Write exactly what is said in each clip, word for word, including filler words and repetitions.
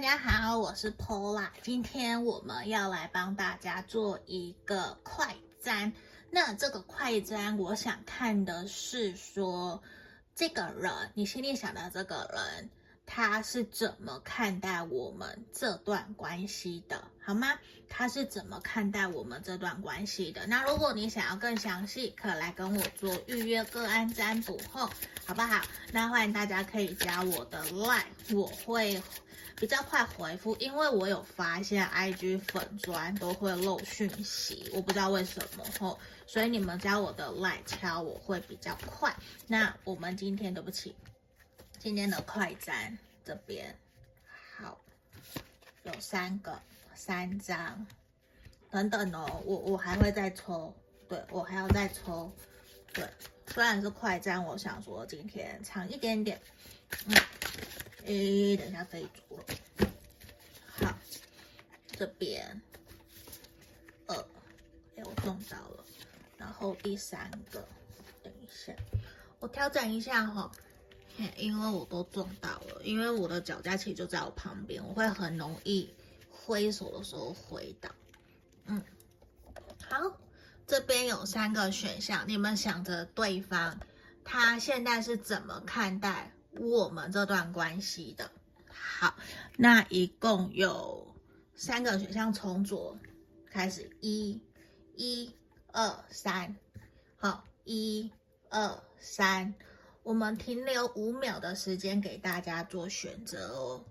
家好，我是 Paula， 今天我们要来帮大家做一个快占。那这个快占，我想看的是说，这个人，你心里想的这个人，他是怎么看待我们这段关系的，好吗？他是怎么看待我们这段关系的？那如果你想要更详细，可以来跟我做预约个案占卜后，好不好？那欢迎大家可以加我的 line， 我会比较快回复，因为我有发现 I G 粉专都会漏讯息，我不知道为什么吼，所以你们加我的 line 敲我会比较快。那我们今天对不起，今天的快占这边好有三个三张等等哦，我我还会再抽，对我还要再抽，对，虽然是快占，我想说今天长一点点，嗯。诶，等一下飞猪了。好，这边二，哎，我中到了。然后第三个，等一下，我调整一下哈，因为我都中到了，因为我的脚架其实就在我旁边，我会很容易挥手的时候挥到。嗯，好，这边有三个选项，你们想着对方他现在是怎么看待我们这段关系的。好，那一共有三个选项，从左开始，一、一、二、三。好，一、二、三，我们停留五秒的时间给大家做选择哦。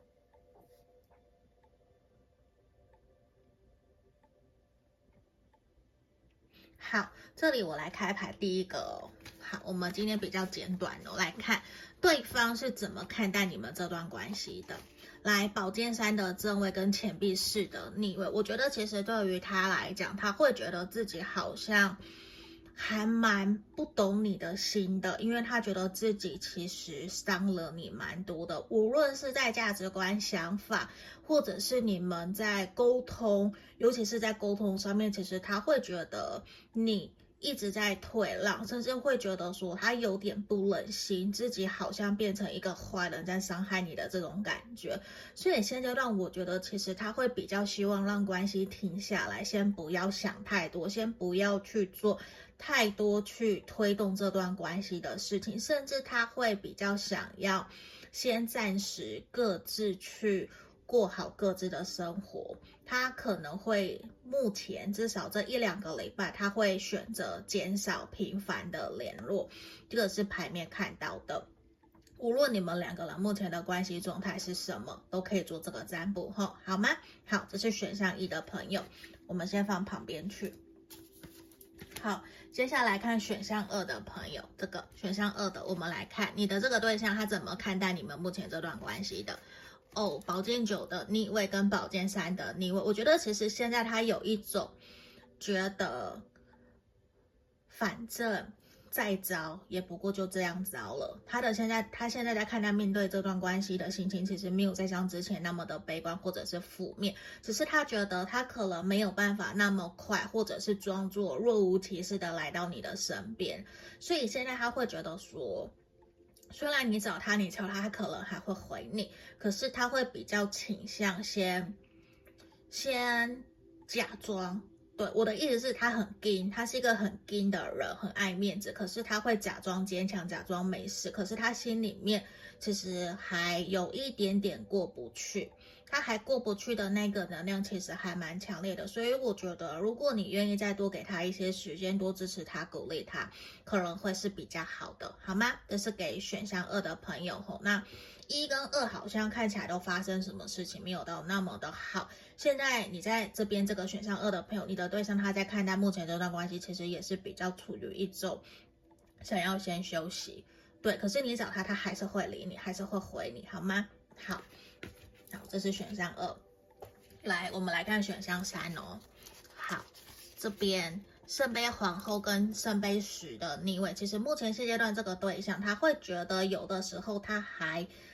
好，这里我来开牌第一个哦。好，我们今天比较简短哦，来看对方是怎么看待你们这段关系的。来，宝剑三的正位跟钱币四的逆位，我觉得其实对于他来讲，他会觉得自己好像还蛮不懂你的心的，因为他觉得自己其实伤了你蛮多的，无论是在价值观、想法，或者是你们在沟通，尤其是在沟通上面，其实他会觉得你一直在退让，甚至会觉得说他有点不忍心，自己好像变成一个坏人在伤害你的这种感觉。所以现阶段我觉得其实他会比较希望让关系停下来，先不要想太多，先不要去做太多去推动这段关系的事情，甚至他会比较想要先暂时各自去过好各自的生活。他可能会目前至少这一两个礼拜，他会选择减少频繁的联络，这个是牌面看到的。无论你们两个人目前的关系状态是什么，都可以做这个占卜吼，好吗？好，这是选项一的朋友，我们先放旁边去。好，接下来看选项二的朋友，这个选项二的，我们来看你的这个对象他怎么看待你们目前这段关系的。哦，宝剑九的逆位跟宝剑三的逆位，我觉得其实现在他有一种觉得，反正再糟也不过就这样糟了。他的现在，他现在在看待面对这段关系的心情，其实没有再像之前那么的悲观或者是负面，只是他觉得他可能没有办法那么快，或者是装作若无其事的来到你的身边，所以现在他会觉得说，虽然你找他，你求他，他可能还会回你，可是他会比较倾向先先假装。对，我的意思是他很硬，他是一个很硬的人，很爱面子，可是他会假装坚强，假装没事，可是他心里面其实还有一点点过不去，他还过不去的那个能量其实还蛮强烈的，所以我觉得如果你愿意再多给他一些时间，多支持他，鼓励他，可能会是比较好的，好吗？这是给选项二的朋友吼。那一跟二好像看起来都发生什么事情，没有到那么的好。现在你在这边这个选项二的朋友，你的对象他在看待目前这段关系，其实也是比较处于一种想要先休息，对，可是你找他，他还是会理你，还是会回你，好吗？好，好，这是选项二。来，我们来看选项三哦。好，这边圣杯皇后跟圣杯十的逆位，其实目前现阶段这个对象，他会觉得有的时候他还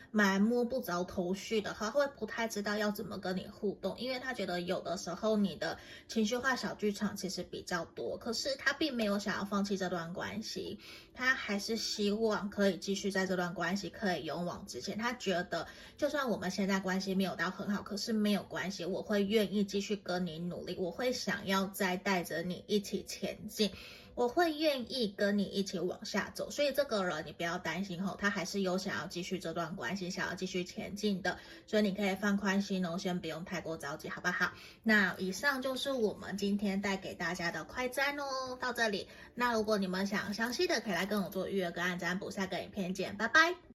蛮摸不着头绪的，他会不太知道要怎么跟你互动，因为他觉得有的时候你的情绪化小剧场其实比较多，可是他并没有想要放弃这段关系，他还是希望可以继续在这段关系可以勇往直前。他觉得就算我们现在关系没有到很好，可是没有关系，我会愿意继续跟你努力，我会想要再带着你一起前进，我会愿意跟你一起往下走。所以这个人你不要担心吼，他还是有想要继续这段关系，想要继续前进的，所以你可以放宽心哦，先不用太过着急，好不好？那以上就是我们今天带给大家的快占哦，到这里。那如果你们想详细的，可以来跟我做预约个案占卜，下个影片见，拜拜。